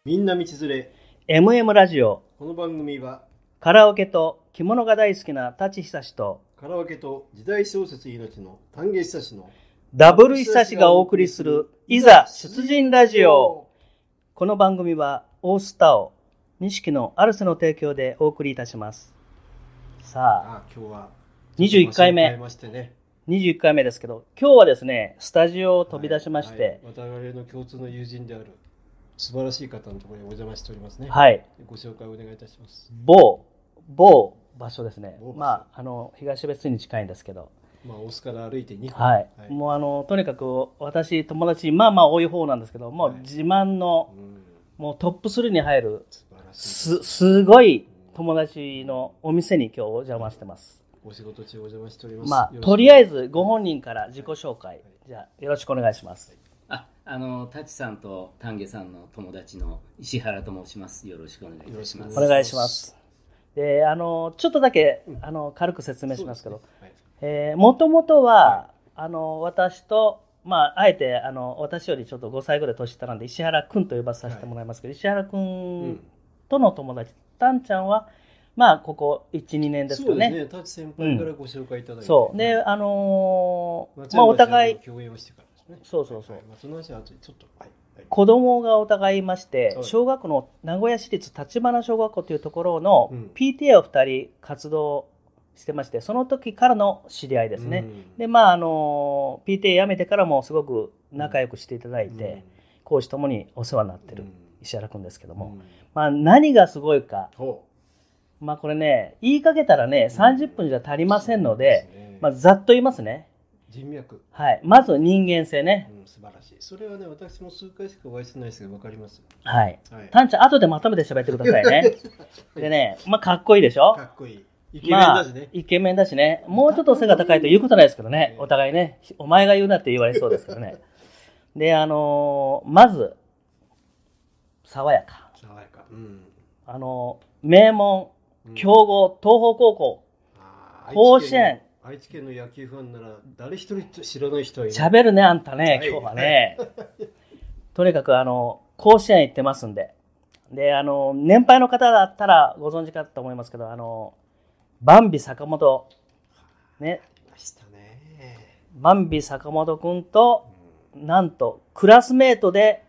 みんな道連れ MM ラジオ。 この番組はカラオケと着物が大好きな舘久志とカラオケと時代小説命の丹下久志のダブル久志がお送りするいざ出陣ラジオ。この番組はオースタオ錦のアルセの提供でお送りいたします。さあ、 今日は 21回目、 ね、 21回目ですけど、今日はですねスタジオを飛び出しまして、 我々の共通の友人である素晴らしい方のところにお邪魔しておりますね。 はい、ご紹介お願いいたします。 某場所ですね。東別に近いんですけど、 大須から歩いて2分。 はい、もうとにかく私友達多い方なんですけど、もう自慢の、もうトップ3に入るすごい友達のお店に今日お邪魔してます。 お仕事中お邪魔しております。 とりあえずご本人から自己紹介、じゃあよろしくお願いします。 舘さんと丹下さんの友達の石原と申します。よろしくお願いいたします。 お願いします。で、ちょっとだけ軽く説明しますけど、もともとは、私と、あえて私よりちょっと5歳ぐらい年下なんで石原くんと呼ばさせてもらいますけど、石原くんとの友達、たんちゃんはここ 1,2 年ですよね。 そうですね。舘先輩からご紹介いただいて、 そうで、お互い共演をしてからですね。 そう、 その話は後でちょっと、 子供がお互いいまして、小学校の名古屋市立立花小学校というところの PTA を2人活動してまして、その時からの知り合いですね。で、PTA 辞めてからもすごく仲良くしていただいて、講師ともにお世話になってる石原くんですけども、何がすごいか、これね、言いかけたらね、30分じゃ足りませんので、ざっと言いますね。 人脈。 はい。まず人間性ね。 素晴らしい。それはね、私も数回しかお会いしてないですけど、わかります。 はい。たんちゃん、後でまとめて喋ってくださいね。でね、かっこいいでしょ？ かっこいい。イケメンだしね。 イケメンだしね。もうちょっと背が高いと言うことないですけどね。お互いね。お前が言うなって言われそうですけどね。で、まず、爽やか。 爽やか。 名門、強豪、東邦高校、甲子園。 愛知県の野球ファンなら誰一人知らない人はいない。 喋るね、あんたね、今日はね。とにかく甲子園行ってますんで。で、年配の方だったらご存知かと思いますけど、バンビ坂本ね。バンビ坂本くんと、なんとクラスメートで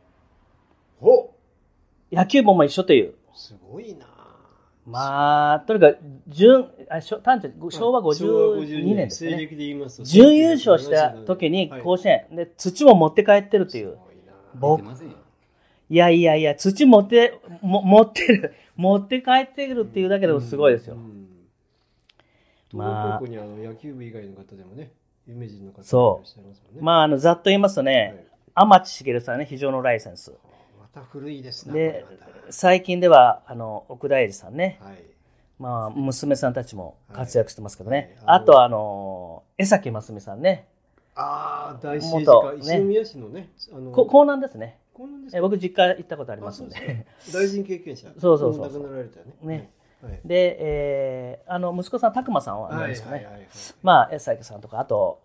野球部も一緒という。 すごいな。 とにかく昭和52年ですね。準優勝した時に甲子園で土も持って帰ってるっていう。いや土持って帰ってくるっていうだけでもすごいですよ。 東北高校に野球部以外の方でもね、有名人の方がいらっしゃいますもんね。 ざっと言いますとね、天地茂さんね、非常のライセンス。 また古いですね。 で、最近では奥田英二さんね。娘さんたちも活躍してますけどね。あと江崎真澄さんね。 大政治家、石宮市のね。 江南ですね。僕実家行ったことありますんで。 大臣経験者。 そう。 亡くなられたね。 で、息子さん拓磨さんは何ですかね。江崎さんとか、あと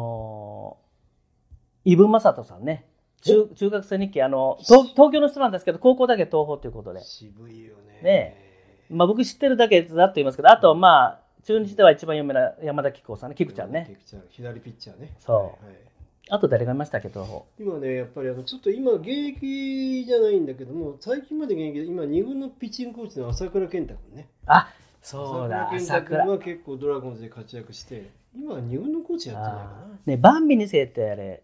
伊文正人さんね。中学生日記東京の人なんですけど、高校だけ東邦ということで。 渋いよね。 僕知ってるだけだと言いますけど、あと中日では一番有名な山田貴子さんね、菊ちゃんね。 左ピッチャーね。 そう。あと誰がいましたっけ、東邦。 今ね、やっぱりちょっと今現役じゃないんだけども、最近まで現役で今2軍のピッチングコーチの朝倉健太君ね。 そうだ。 朝倉健太君は結構ドラゴンズで活躍して、今は2軍のコーチやってないかな。 ね、バンビ2世ってあれ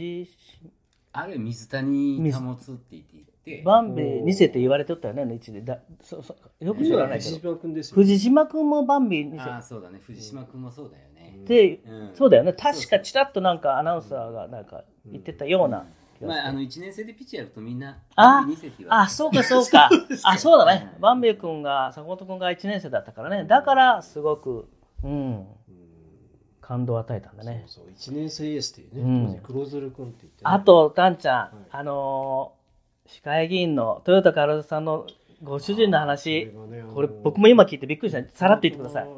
水谷保って言ってバンビ2世って言われてたよね、一でよく知らないけど。 藤島君ですよ。 藤島君もバンビ2世。 そうだね、藤島君もそうだよね。 で、そうだよね。確かちらっとアナウンサーが言ってたような。 1年生でピッチやるとみんなバンビ2世って言われて。 そうか。そうだね。バンビ君が坂本君が1年生だったからね。だからすごく感動を与えたんだね。 そう1年生エースっていうね、当時黒鶴君って言って。 あとダンちゃん、市会議員の豊田カルさんのご主人の話、これ僕も今聞いてびっくりした。さらっと言ってください。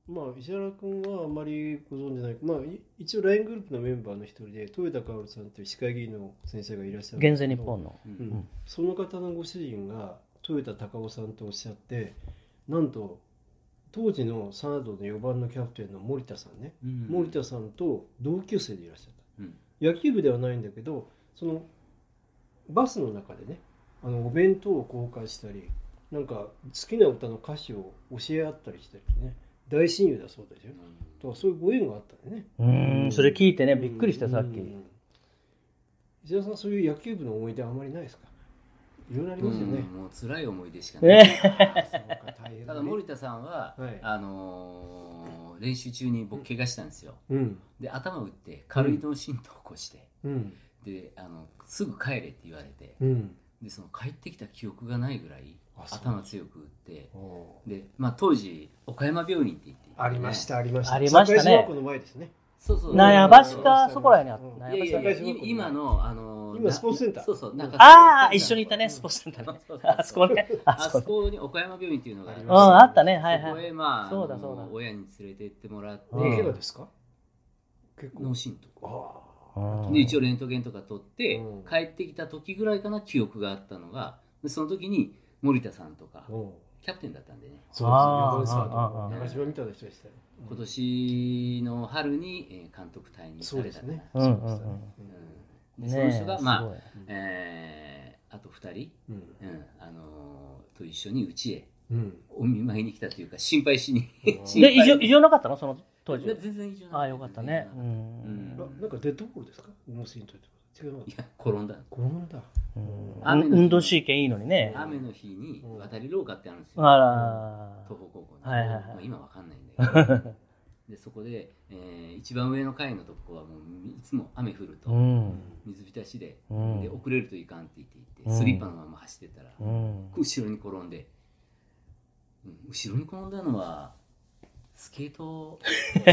石原君はあまりご存じない、一応 LINE グループのメンバーの一人で豊田薫さんという市会議員の先生がいらっしゃるんですけど、 現在日本の、 その方のご主人が豊田隆夫さんとおっしゃって、なんと当時のサードの4番のキャプテンの森田さんね、森田さんと同級生でいらっしゃった、野球部ではないんだけど、そのバスの中でね、お弁当を交換したり、なんか好きな歌の歌詞を教え合ったりしてるね、大親友だそうですよ。だからそういうご縁があったんでね。 それ聞いてね、びっくりしたさっき。 石田さん、そういう野球部の思い出あまりないですか？いろいろありますよね。 もう辛い思い出しかない。ただ森田さんは、練習中に僕怪我したんですよ。で頭打って軽い脳震盪を起こして、ですぐ帰れって言われて、でその帰ってきた記憶がないぐらい頭強く打って、で当時岡山病院って言って、 ありましたありましたね。 小学校の前ですね。 納屋橋かそこらにあった。 今の今スポーツセンター。 そうなんか一緒にいたね、スポーツセンターね。あそこね。 あそこに岡山病院っていうのがありました。あったね、はいはい。 そこへそうだ親に連れて行ってもらって。 怪我ですか？ 結構脳震盪。で一応レントゲンとか取って帰ってきた時ぐらいかな、記憶があったのが、その時に森田さんとかキャプテンだったんでね。 そうです。長島みたいな人でしたよ。 今年の春に監督退任されたね。でその人があと2人と一緒にうちへお見舞いに来たというか、心配しに。 で異常なかったのその当時？ 全然異常なかった。 ああよかったね。 なんかデッドボールですか？脳震盪とか。違うの？ いや転んだ。 運動神経いいのにね。 雨の日に渡り廊下ってあるんですよ。東北高校に。今わかんないんだけど。でそこで一番上の階のとこはもういつも雨降ると水浸しで、遅れるといかんって言ってスリッパのまま走ってたら後ろに転んで、後ろに転んだのはスケート遊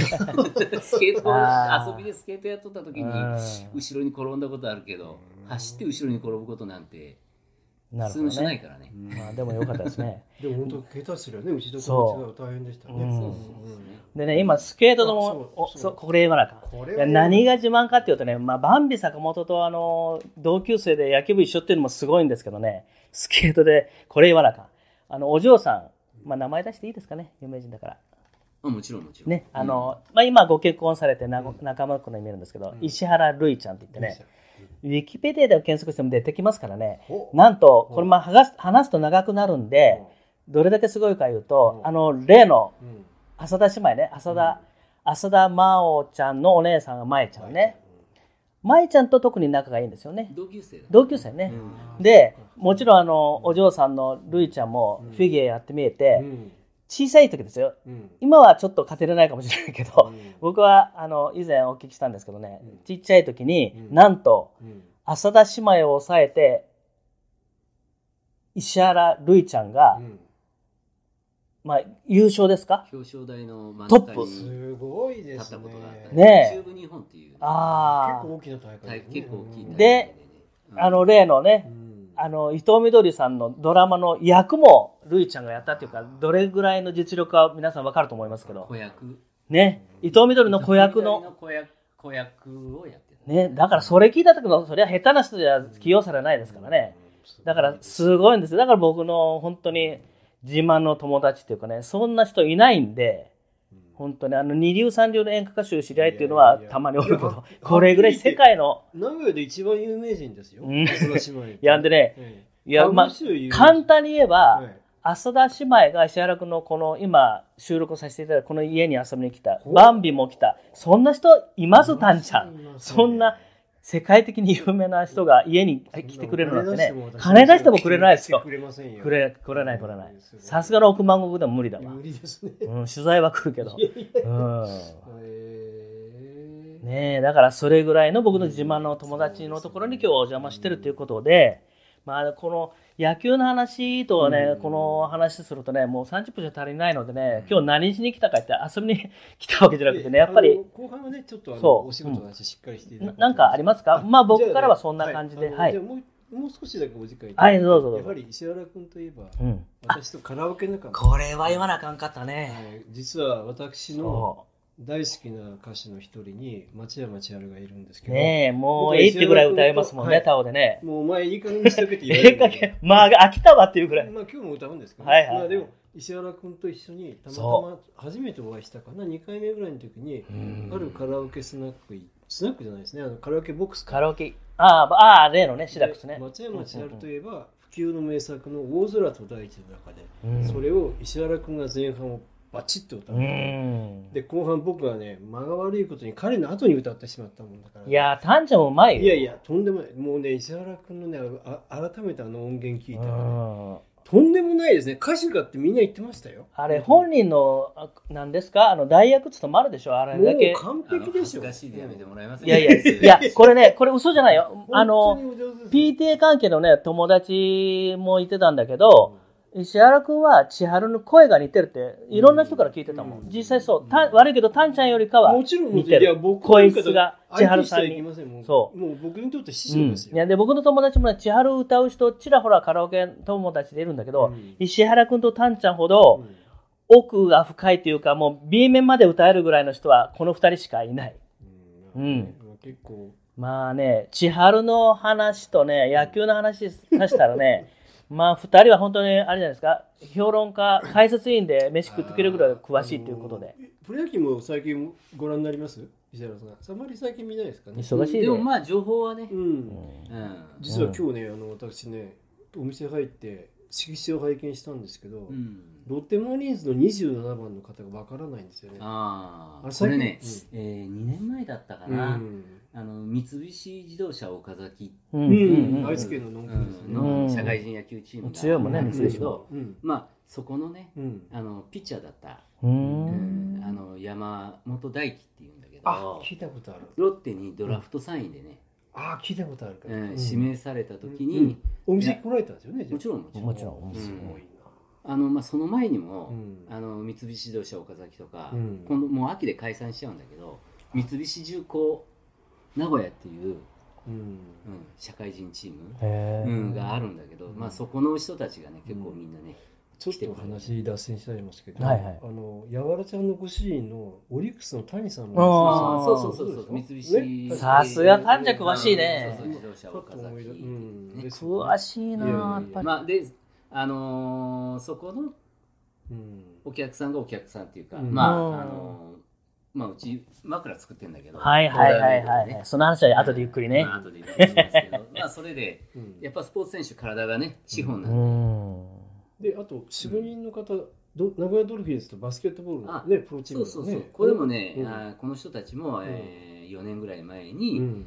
びでスケートやっとった時に後ろに転んだことあるけど、走って後ろに転ぶことなんて普通の人ないからね。 でもよかったですね。 でも本当下手すりゃね、打ちどころ違う大変でしたね。 でね、今スケートのこれ言わなか。何が自慢かっていうとね、バンビ坂本と同級生で野球部一緒っていうのもすごいんですけどね、スケートでこれ言わなか。お嬢さん、名前出していいですかね、有名人だから。 もちろんね、今ご結婚されて仲間くんに見えるんですけど、石原るいちゃんって言ってね、ウィキペディアで検索しても出てきますからね。なんとこれ話すと長くなるんで、どれだけすごいか言うと、例の浅田姉妹ね、浅田真央ちゃんのお姉さんが舞ちゃんね。舞ちゃんと特に仲がいいんですよね。同級生ね。で、もちろんお嬢さんのるいちゃんもフィギュアやってみえて、小さい時ですよ。今はちょっと勝てれないかもしれないけど、僕は以前お聞きしたんですけどね、ちっちゃい時になんと浅田姉妹を抑えて石原るいちゃんが優勝ですか？ 表彰台の真んトップ。 すごいですね。 中部日本っていう結構大きな大会。 結構大きい。 で、例のね。伊藤みどりさんのドラマの役もるいちゃんがやったっていうか、どれぐらいの実力か皆さん分かると思いますけど、 子役ね、伊藤みどりの子役の子役をやってる、ね、だからそれ聞いた時のそれは下手な人じゃ起用されないですからね。だからすごいんです。だから僕の本当に自慢の友達っていうかね、そんな人いないんで、本当に二流三流の演歌歌手の知り合いっていうのはたまにおるけど、これぐらい世界の名古屋で一番有名人ですよ。 いやでね、簡単に言えば、浅田姉妹が石原君のこの今収録させていただいたこの家に遊びに来た、バンビも来た、そんな人いますタンちゃん。そんな世界的に有名な人が家に来てくれるなんてね、金出してもくれないですよ。くれない。さすがの億万石でも無理だわ。 無理ですね。 取材は来るけど。ねえ、だからそれぐらいの僕の自慢の友達のところに今日お邪魔してるということで、この野球の話とね、この話するとね、もう30分じゃ足りないのでね、今日何しに来たかって遊びに来たわけじゃなくてね、やっぱり後半はね、ちょっとお仕事の話しっかりしていただいて、 なんかありますか？僕からはそんな感じで、 じゃあもうもう少しだけお時間いただいて、どうぞどうぞ。 やはり石原君といえば、私とカラオケ仲間。 これは言わなあかんかったね。 実は私の大好きな歌手の一人に松山千春がいるんですけどねえ、もういいってぐらい歌えますもんね、タオでね。 もうお前いい加減にしとけって言われる。 いい加減、まあ飽きたわっていうぐらい。 まあ今日も歌うんですけど、 はいはい、 でも石原君と一緒にたまたま初めてお会いしたかな、2回目ぐらいの時にあるカラオケスナックじゃないですね、カラオケボックスカラオケ、例のね、シダックスね。 松山千春といえば不朽の名作の大空と大地の中で、それを石原君が前半をバチッと歌う。で後半僕はね、間が悪いことに彼の後に歌ってしまったもんだから、 いやー、タンちゃんもうまいよ。 いやとんでもない。もうね、石原君のね、改めて音源聞いたらね、とんでもないですね。歌手かってみんな言ってましたよ。 あれ本人の何ですか、代役務まるでしょ、あれだけ。 もう完璧でしょ。 恥ずかしいでやめてもらえませんか。いやこれね、これ嘘じゃないよ。PTA 関係のね友達も言ってたんだけど、石原君は千春の声が似てるっていろんな人から聞いてたもん。実際そう。悪いけどタンちゃんよりかは似てる。 もちろん、いや僕声質が千春さんに。 そう。もう僕にとって師匠ですよ。 いやで僕の友達もね、千春歌う人ちらほらカラオケ友達でいるんだけど、石原君とタンちゃんほど奥が深いというか、もう B 面まで歌えるぐらいの人はこの2人しかいない。 結構まあね、千春の話とね、野球の話させたらね。まあ2人は本当にあれじゃないですか、評論家、解説員で飯食ってくれるぐらい詳しいということで。 プロ野球も最近ご覧になります石原さん。あまり最近見ないですかね。 忙しいでもまあ情報はね、 実は今日ね、私ね、お店入って色紙を拝見したんですけど、ロッテマリーンズの27番の方がわからないんですよね。 これね、2年前だったかな、三菱自動車岡崎、 愛知県のの社会人野球チームが強いもんね、三菱の。まあそこのね、ピッチャーだった山本大輝っていうんだけど、 聞いたことある。 ロッテにドラフト3位でね、 聞いたことあるから、 指名された時にお店来られたんですよね。 もちろんすごいな。その前にも三菱自動車岡崎とか、今度もう秋で解散しちゃうんだけど、三菱重工名古屋っていう社会人チームがあるんだけど、まあそこの人たちがね、結構みんなね、 ちょっと話脱線しちゃいますけど、やわらちゃんのご主人のオリックスの谷さんもそう三菱、 さすが短尺詳しいね。 自動車岡崎詳しいなやっぱり。 まあでそこのお客さんがお客さんっていうか、まあうち枕作ってるんだけど、 その話は後でゆっくりね。 後でゆっくりしますけど、まあそれでやっぱスポーツ選手体がね資本なんで、あと4、5人の方、名古屋ドルフィンズとバスケットボールのねプロチーム。 そうこれもね、この人たちも4年ぐらい前に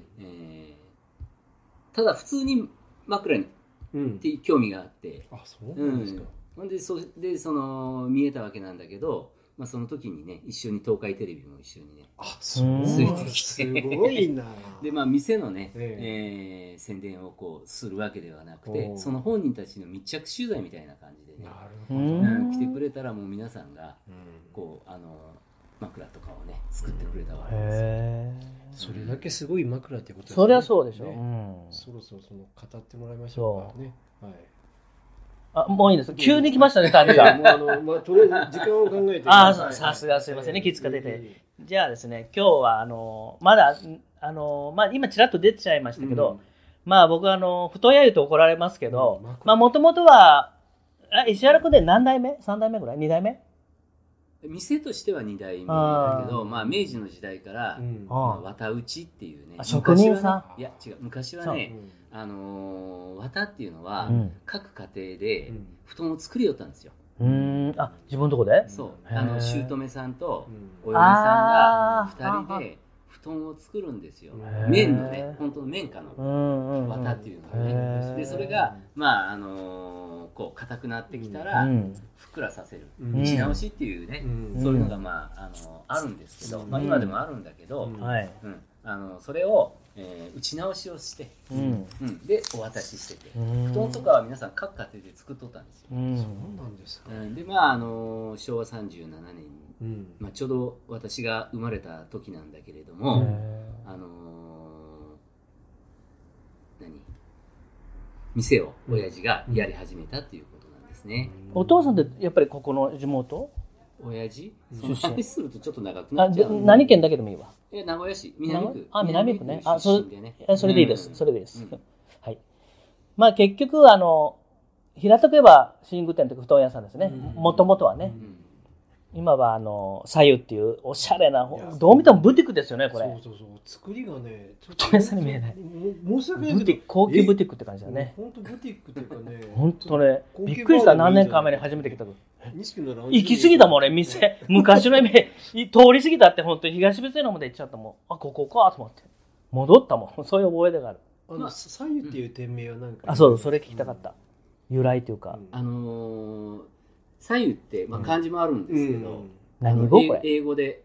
ただ普通に枕にって興味があって、 そうなんですか。 ほんで見えたわけなんだけど、まあその時にね、一緒に東海テレビも一緒にねついてきて、 すごいな。 でまあ店のね宣伝をこうするわけではなくて、その本人たちの密着取材みたいな感じでね、来てくれたらもう皆さんがこう枕とかをね作ってくれたわけですよ。 それだけすごい枕ってことですね。 そりゃそうでしょ。 そろそろ語ってもらいましょうかね。 もういいです。急に来ましたね、谷さん。 とりあえず時間を考えて。 さすがすいませんね、気遣ってて。じゃあですね、今日はまだ今ちらっと出てちゃいましたけど、まあ僕太やゆと怒られますけど、まあもともとは石原君で何代目 ?3 代目ぐらい ?2 代目店としては2代目だけど、まあ明治の時代から綿打ちっていうね、 職人さん。いや違う、昔はね、綿っていうのは各家庭で布団を作りよったんですよ。 自分のとこで？ そう、姑さんとお嫁さんが2人で布団を作るんですよ。綿のね、本当の綿花の綿っていうのがね。でそれがまあこう硬くなってきたらふっくらさせる打ち直しっていうね、そういうのがまああるんですけど、まあ今でもあるんだけど、それを打ち直しをして、でお渡ししてて、布団とかは皆さん各家庭で作っとったんですよ。 そうなんですか。 でまあ昭和37年に、まあちょうど私が生まれた時なんだけれども、 店を親父がやり始めたっていうことなんですね。 お父さんってやっぱりここの地元？ 親父出身。 話するとちょっと長くなっちゃう。 何県だけでもいいわ。 名古屋市南区。 南区ね。 出身でね。 それでいいです。それでいいです。はい。まあ結局平たく言えば寝具店というか布団屋さんですね。もともとはね。今は左右っていうおしゃれな、どう見てもブティックですよねこれ。 そう作りがねちょっと布団屋さんに見えない。 申し訳ないけど高級ブティックって感じだね。 本当ブティックっていうかね。 本当ねびっくりした。何年か前に初めて来た時。行き過ぎたもん俺店昔の通り過ぎたって本当に東別のまで行っちゃったもん。ここかと思って戻ったもん。そういう覚えがある。 左右っていう店名は何か。 そうそれ聞きたかった。由来というか。 左右って漢字もあるんですけど。 何語これ？ 英語で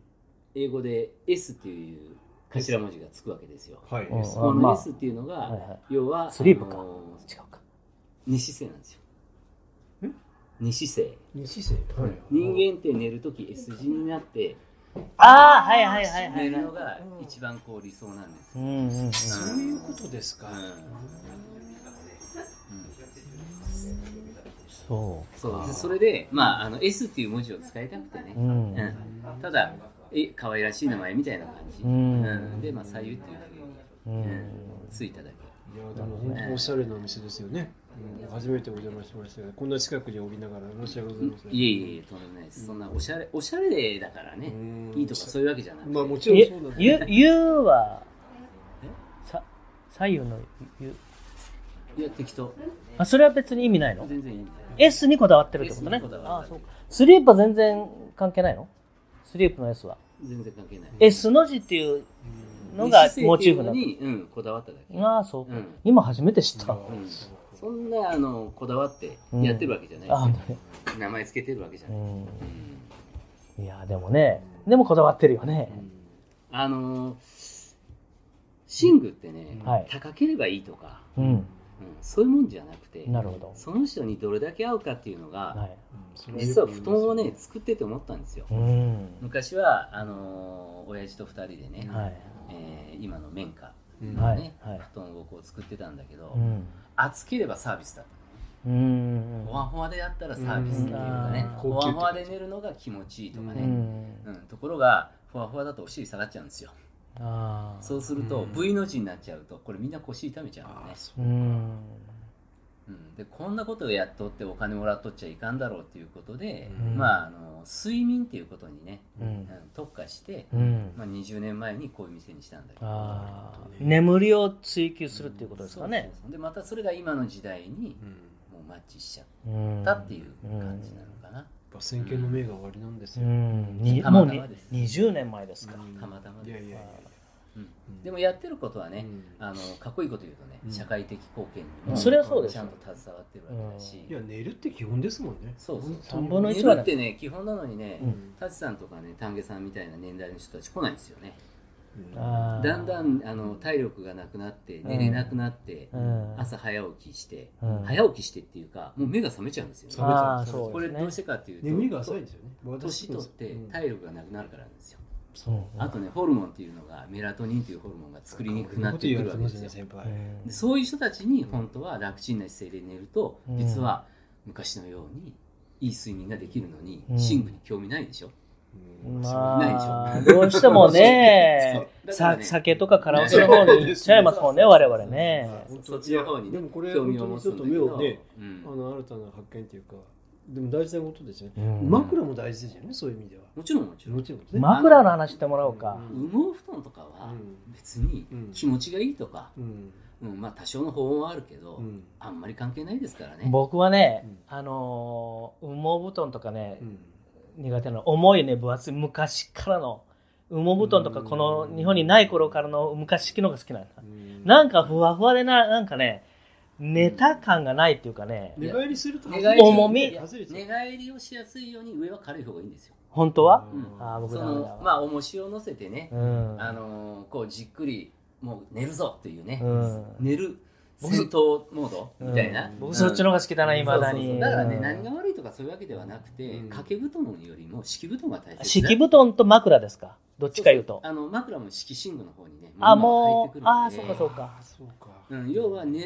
S っていう頭文字がつくわけですよ。この S っていうのが要はスリープか。違うか。 寝姿勢なんですよ。寝姿勢。 人間って寝るとき S 字になって寝るのが一番理想なんです。 そういうことですか。 それでS っていう文字を使いたくてね。ただ可愛らしい名前みたいな感じで左右っていうふうについただけ。 いやでも本当おしゃれなお店ですよね。初めてお邪魔しましたが、こんな近くにおりながら申し訳ございません。 いえとんでもないです。そんなおしゃれだからね、いいとかそういうわけじゃなくて。 もちろんそうなんです。 ゆは左右のゆ。 いや適当。 それは別に意味ないの？ 全然いい。 S にこだわってるってことね。スリープは全然関係ないの？スリープの S は全然関係ない。 S の字っていうのがモチーフなのにこだわっただけ。 そう。今初めて知った。 そんなこだわってやってるわけじゃないですよ。名前つけてるわけじゃない。 いやでもこだわってるよね。 寝具ってね、高ければいいとか、そういうもんじゃなくて、その人にどれだけ合うかっていうのが、実は布団をね作ってて思ったんですよ。昔は親父と2人でね、今の綿花のね布団を作ってたんだけど、厚ければサービスだった。ほわほわでやったらサービスっていうかね、ほわほわで寝るのが気持ちいいとかね。ところがふわふわだとお尻下がっちゃうんですよ。そうすると V の字になっちゃうとこれみんな腰痛めちゃうのね。でこんなことをやっとってお金もらっとっちゃいかんだろうっていうことで、睡眠っていうことにね、特化して、20年前にこういう店にしたんだけど、 眠りを追求するっていうことですかね。 でまたそれが今の時代にもうマッチしちゃったっていう感じなのかな。 先見の明が終わりなんですよ。 もう20年前ですか。 たまたまです。でもやってることはね、かっこいいこと言うとね、社会的貢献にもそれはそうです。 ちゃんと携わってるわけだし。 いや寝るって基本ですもんね。 3分の1 寝るってね基本なのにね、舘さんとかね丹下さんみたいな年代の人たち来ないんですよね。だんだん体力がなくなって寝れなくなって、朝早起きして、早起きしてっていうかもう目が覚めちゃうんですよね。これどうしてかっていうと眠りが浅いんですよね。 年取って体力がなくなるからなんですよ。あとねホルモンっていうのがメラトニンというホルモンが作りにくくなってくるわけですよ。でそういう人たちに本当は楽ちんな姿勢で寝ると、実は昔のようにいい睡眠ができるのに、寝具に興味ないでしょ。 どうしてもね酒とかカラオケの方に行っちゃいますもんね我々ね。 そっちの方にでもこれ本当にちょっと目をね新たな発見っていうか。でも大事なことですよね。枕も大事ですよね、そういう意味では。 もちろん枕の話してもらおうか。 羽毛布団とかは別に気持ちがいいとか、多少の保温はあるけど、あんまり関係ないですからね。 僕はね、羽毛布団とかね、苦手な重いね分厚い昔からの羽毛布団とかこの日本にない頃からの昔式のが好きなんだ。なんかふわふわでなんかね。寝た感がないっていうかね。 寝返りすると重み。 寝返りをしやすいように上は軽い方がいいんですよ。 本当は？ 僕重しを乗せてね、こうじっくりもう寝るぞっていうね、寝る戦闘モードみたいな。 僕そっちの方が好きだな未だに。 だからね何が悪いとかそういうわけではなくて、掛け布団よりも敷布団が大切。 敷布団と枕ですか？どっちか言うと。 枕も敷寝具の方にね。 もうそうか。 要は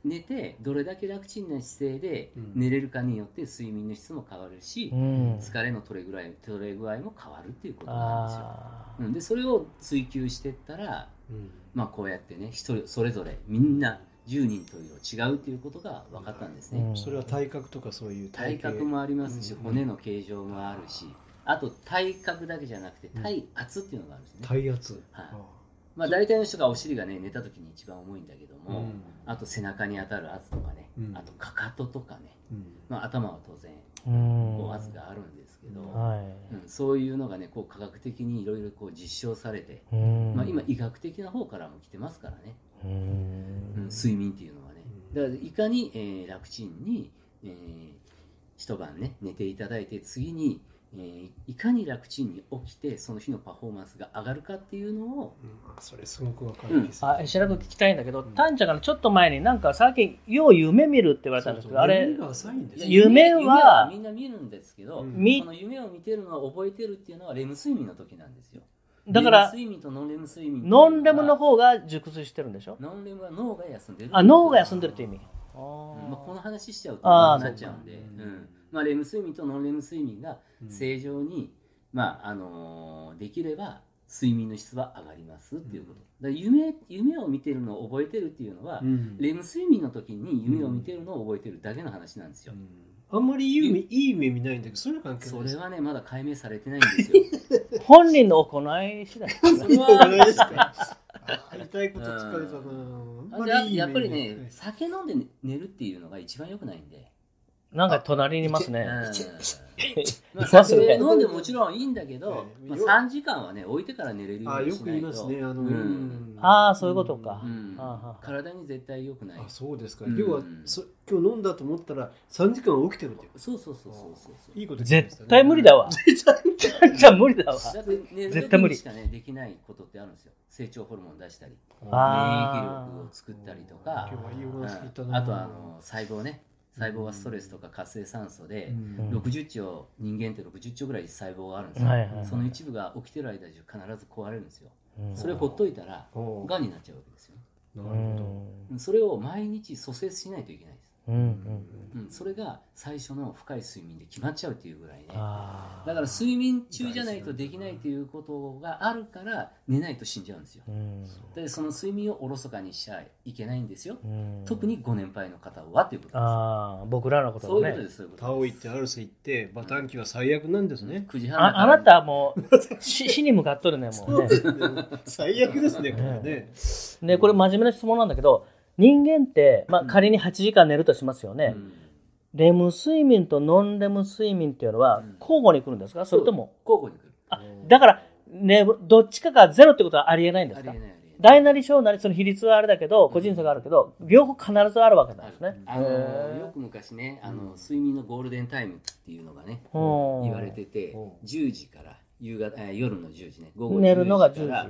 寝てどれだけ楽ちんな姿勢で寝れるかによって睡眠の質も変わるし、疲れの取れ具合も変わるっていうことなんですよ。でそれを追求していったら、こうやってねそれぞれみんな10人という違うということが分かったんですね。 それは体格とかそういう体格もありますし、骨の形状もあるし、あと体格だけじゃなくて体圧っていうのがあるんですね。 体圧、 大体の人がお尻がね寝た時に一番重いんだけども、あと背中に当たる圧とかね、あとかかととかね、頭は当然圧があるんですけど、そういうのがねこう科学的にいろいろ実証されて、今医学的な方からも来てますからね、睡眠っていうのはね。だからいかに、楽ちんに、一晩ね寝ていただいて、次にいかに楽ちんに起きてその日のパフォーマンスが上がるかっていうのを、 それすごくわかるんですよ、 白く聞きたいんだけど、タンちゃんからちょっと前になんか最近よう夢見るって言われたんですけど、あれ夢はみんな見るんですけど、その夢を見てるのは覚えてるっていうのはレム睡眠の時なんですよ。 だからレム睡眠とノンレム睡眠、 ノンレムの方が熟睡してるんでしょ。 ノンレムは脳が休んでる。 脳が休んでるって意味。 この話しちゃうとなっちゃうんで、レム睡眠とノンレム睡眠が正常に、できれば睡眠の質は上がりますっていうこと。だから夢を見てるのを覚えてるっていうのは、レム睡眠の時に夢を見てるのを覚えてるだけの話なんですよ。 あんまりいい夢見ないんだけど、それは関係ない。 それはねまだ解明されてないんですよ。 本人の行い次第。 それはないですか。痛いこと疲れたな。 やっぱりね、酒飲んで寝るっていうのが一番良くないんで。 なんか隣にいますね。 酒飲んでもちろんいいんだけど、3時間はね置いてから寝れるようにしないと。よく言いますね。 そういうことか。 体に絶対良くない。 そうですか。要は今日飲んだと思ったら3時間起きてるって。 そう。 いいこと絶対無理だわ。じゃ無理だわ。 だって寝る時にしかねできないことってあるんですよ。成長ホルモン出したり、免疫力を作ったりとか、あと細胞ね。細胞はストレスとか活性酸素で60兆、人間って60兆ぐらい細胞があるんですよ。その一部が起きてる間中必ず壊れるんですよ。それをほっといたらがんになっちゃうわけですよ。 なるほど。それを毎日蘇生しないといけないです。それが最初の深い睡眠で決まっちゃうっていうぐらいね。だから睡眠中じゃないとできないということがあるから寝ないと死んじゃうんですよ。でその睡眠をおろそかにしちゃいけないんですよ。特にご年配の方はということです。 僕らのことそういうことです。 タオ行ってアルセ行ってバタンキは最悪なんですね。 9時半あなたはもう死に向かっとるねもうね。 最悪ですねこれね。これ真面目な質問なんだけど、人間って、仮に8時間寝るとしますよね。レム睡眠とノンレム睡眠っていうのは交互に来るんですか、それとも交互に来る。 だから、ね、どっちかがゼロってことはありえないんですか。大なり小なりその比率はあれだけど個人差があるけど両方必ずあるわけなんですね。 よく昔ね睡眠のゴールデンタイムっていうのがね言われてて、10時から夜の10時ね、午後10時から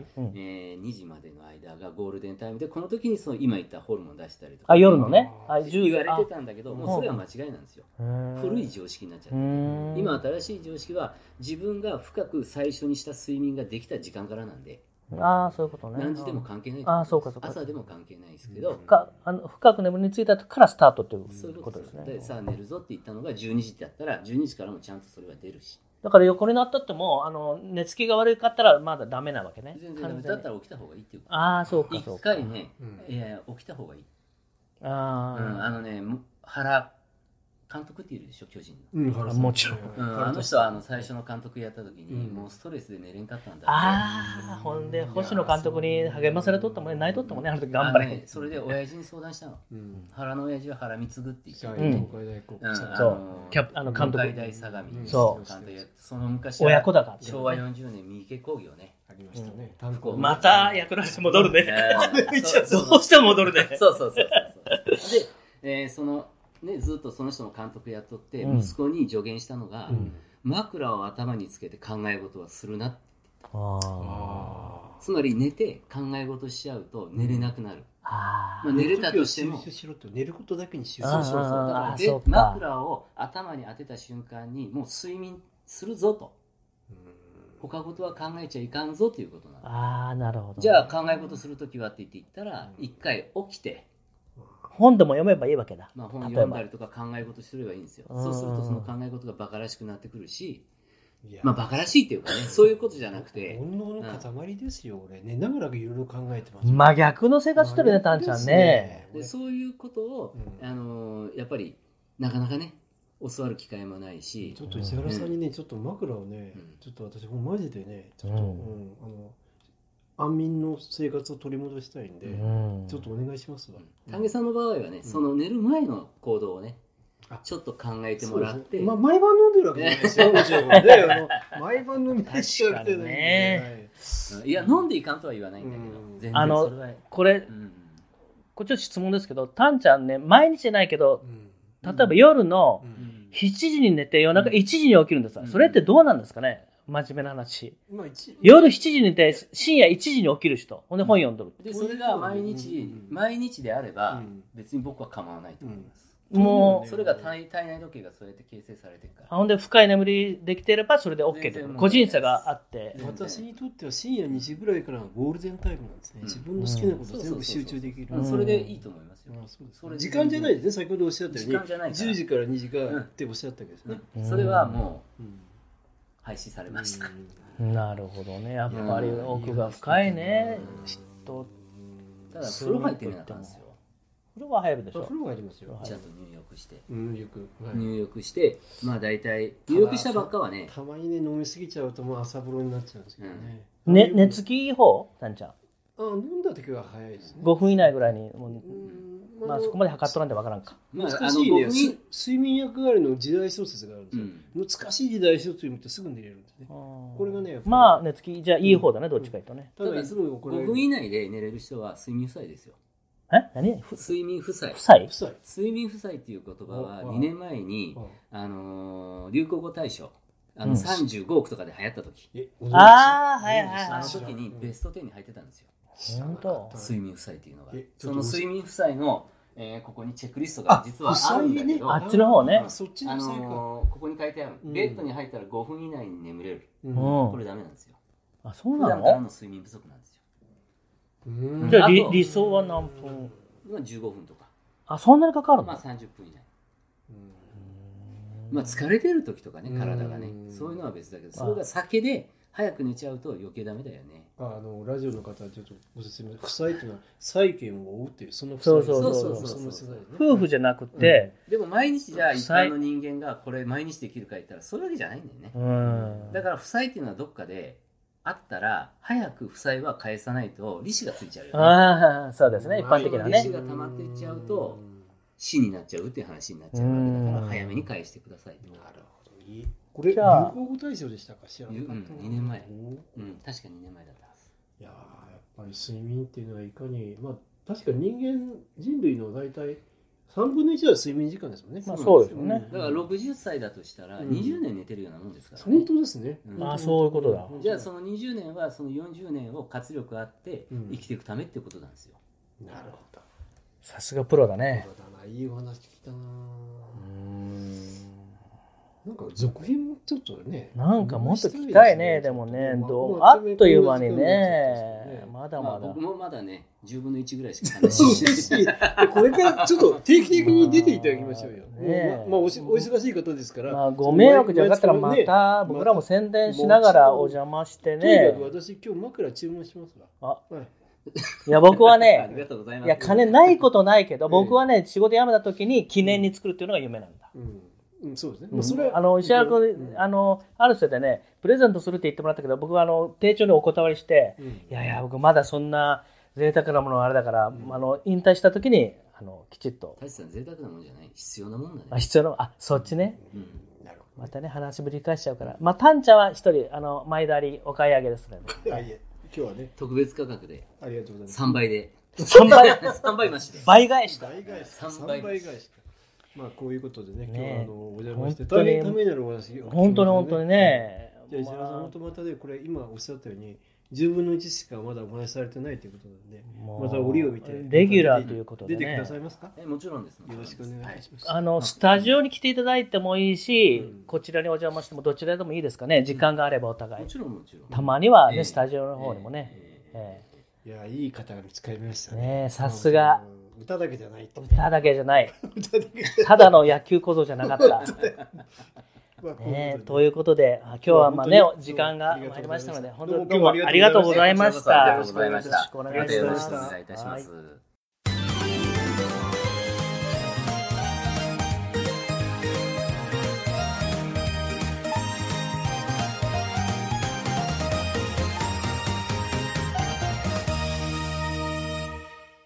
2時までの間がゴールデンタイムで、この時にその今言ったホルモン出したりとか夜のね言われてたんだけど、もうそれは間違いなんですよ。古い常識になっちゃって、今新しい常識は自分が深く最初にした睡眠ができた時間からなんで、 そういうことね。 何時でも関係ない。 そうか。 朝でも関係ないですけど、 深く眠りについたからスタートということですね。 でさあ寝るぞって言ったのが12時ってやったら12時からもちゃんとそれは出るし。 だから横になったっても寝つきが悪かったらまだダメなわけね。 全然ダメだったら起きた方がいいっていうこと。 そうか。 一回ね、起きた方がいい。原監督っているでしょ、巨人の。もちろん。 あの人は最初の監督やった時にもうストレスで寝れんかったんだって。 ほんで星野監督に励まされとったもんね、泣いとったもんね、あの時頑張れ。 それで親父に相談したの。原の親父は原貢って言って、 東海大相模、その昔親子だから昭和40年三池工業ねありましたね。 また役立ち戻るね。どうしても戻るね。 そう。でそのね、ずっとその人の監督やっとって息子に助言したのが、枕を頭につけて考え事はするなって。つまり寝て考え事しちゃうと寝れなくなる。寝れたとしても寝ることだけにしよう。 だから枕を頭に当てた瞬間にもう睡眠するぞと、他事は考えちゃいかんぞということなの。 なるほど。 じゃあ考え事するときはって言ったら一回起きて本でも読めばいいわけだ。 本読んだりとか考え事すればいいんですよ。そうするとその考え事がバカらしくなってくるし、バカらしいっていうかね、そういうことじゃなくて煩悩の塊ですよ。俺寝ながらいろいろ考えてます。 真逆の生活してるね、タンちゃんね。 でそういうことを、やっぱりなかなかね教わる機会もないし、 ちょっと石原さんにね、ちょっと枕をね、ちょっと私もマジでね、ちょっと、安眠の生活を取り戻したいんで、ちょっとお願いしますわ。 丹下さんの場合はね、その寝る前の行動をね、ちょっと考えてもらって、 毎晩飲んでるわけじゃないですよ。もちろんね、毎晩飲みたいしちゃってね。 いや飲んでいかんとは言わないんだけど、全然それはこれちょっと質問ですけど、タンちゃんね、毎日じゃないけど、例えば夜の7時に寝て夜中1時に起きるんです。それってどうなんですかね。真面目な話。夜7時に寝て深夜1時に起きる人、ほんで本読んどる。 でそれが毎日であれば別に僕は構わないと思います。 もうそれが体内時計がそうやって形成されてるから。 ほんで深い眠りできていればそれで OK と。個人差があって。 私にとっては深夜2時ぐらいからゴールデンタイムなんですね。自分の好きなこと全部集中できる。 それでいいと思いますよ。 時間じゃないですね。先ほどおっしゃったように10時から2時間っておっしゃったけどね。 それはもう廃止されました。 なるほどね。やっぱり奥が深いね。 ただ風呂入ってみなかったんですよ。 風呂は入るでしょ。 風呂入りますよ。 ちゃんと入浴して。 入浴して、大体入浴したばっかはね。 たまにね飲みすぎちゃうともう朝風呂になっちゃうんですけどね。 寝つきいい方、タンちゃん。 飲んだ時は早いですね。 5分以内ぐらいに。そこまで測っとらんでわからんか。 難しいね。睡眠薬代わりの時代小説があるんですよ。難しい時代小説を読むとすぐ寝れるんですね。これがね。 寝つきじゃいい方だね、どっちかとね。 ただ5分以内で寝れる人は睡眠負債ですよ。 何？ 睡眠負債。睡眠負債っていう言葉は2年前に流行語大賞35億とかで流行った時。あの時にベスト10に入ってたんですよ。 本当。 睡眠負債っていうのが。その睡眠負債のここにチェックリストが実はあるんだけど、 あっちの方ね。 ここに書いてある。ベッドに入ったら5分以内に眠れる。これダメなんですよ。 あ、そうなの？ 普段からの睡眠不足なんですよ。 じゃあ理想は何分 ？15分とか。 あ、そんなにかかるの ？30分以内。疲れてる時とかね、体がね、そういうのは別だけど、それが酒で早く寝ちゃうと余計ダメだよね。 ラジオの方はちょっとご説明。負債っていうのは債権を負うっていうそのそう夫婦じゃなくて、 でも毎日じゃあ一般の人間がこれ毎日できるか言ったらそういうわけじゃないんだよね。だから負債っていうのはどっかであったら早く負債は返さないと利子がついちゃうよね。 そうですね、一般的なね。 利子が溜まっていっちゃうと死になっちゃうっていう話になっちゃうわけだから早めに返してください。 なるほど。これ流行語大賞でしたか？知らなかった。 2年前。確か2年前だったはず。 いややっぱり睡眠っていうのはいかに確か人類の大体3分の1は睡眠時間ですもんね。 そうですよね。 だから60歳だとしたら20年寝てるようなもんですからね。 本当ですね。 そういうことだ。 じゃあその20年はその40年を活力あって生きていくためってことなんですよ。 なるほど。 さすがプロだね。 いいお話聞いたな。なんか続編もちょっとね。 なんかもっと聞きたいね。でもね、あっという間にね。まだまだ。 僕もまだね、10分の1ぐらいしか話してない。 これからちょっと定期的に出ていただきましょうよ。お忙しい方ですから。ご迷惑じゃなかったらまた僕らも宣伝しながらお邪魔してね。 とにかく私今日枕注文しますわ。 いや僕はね、 ありがとうございます。 いや金ないことないけど、僕はね仕事辞めた時に記念に作るっていうのが夢なんだ。 そうですね。それ石原君ある人でねプレゼントするって言ってもらったけど、僕は丁重にお断りして、いや僕まだそんな贅沢なものあれだから、引退した時にきちっと。 大地さん贅沢なものじゃない、必要なもんだね。 必要なそっちね。またね話ぶり返しちゃうから。タン茶は一人毎度ありお買い上げですので。 今日はね特別価格でありがとうございます。 3倍で 3倍増しで倍返しだ。 3倍返し。こういうことでね、今日はお邪魔して大変ためになるお話。 本当にね。 じゃあ石原さん本当またね、これ今おっしゃったように10分の1しかまだお話しされてないということなんで、また折を見てレギュラーということで出てくださいますか？ もちろんです。 よろしくお願いします。 スタジオに来ていただいてもいいし、こちらにお邪魔してもどちらでもいいですかね。時間があればお互い。 もちろん。 たまにはねスタジオの方にもね。 いやいい方が見つかりましたね。さすが。 歌だけじゃない歌だけじゃないただの野球小僧じゃなかったね、ということで今日はまあね時間が参りましたので本当にどうもありがとうございました。 よろしくお願いします。 お願いします。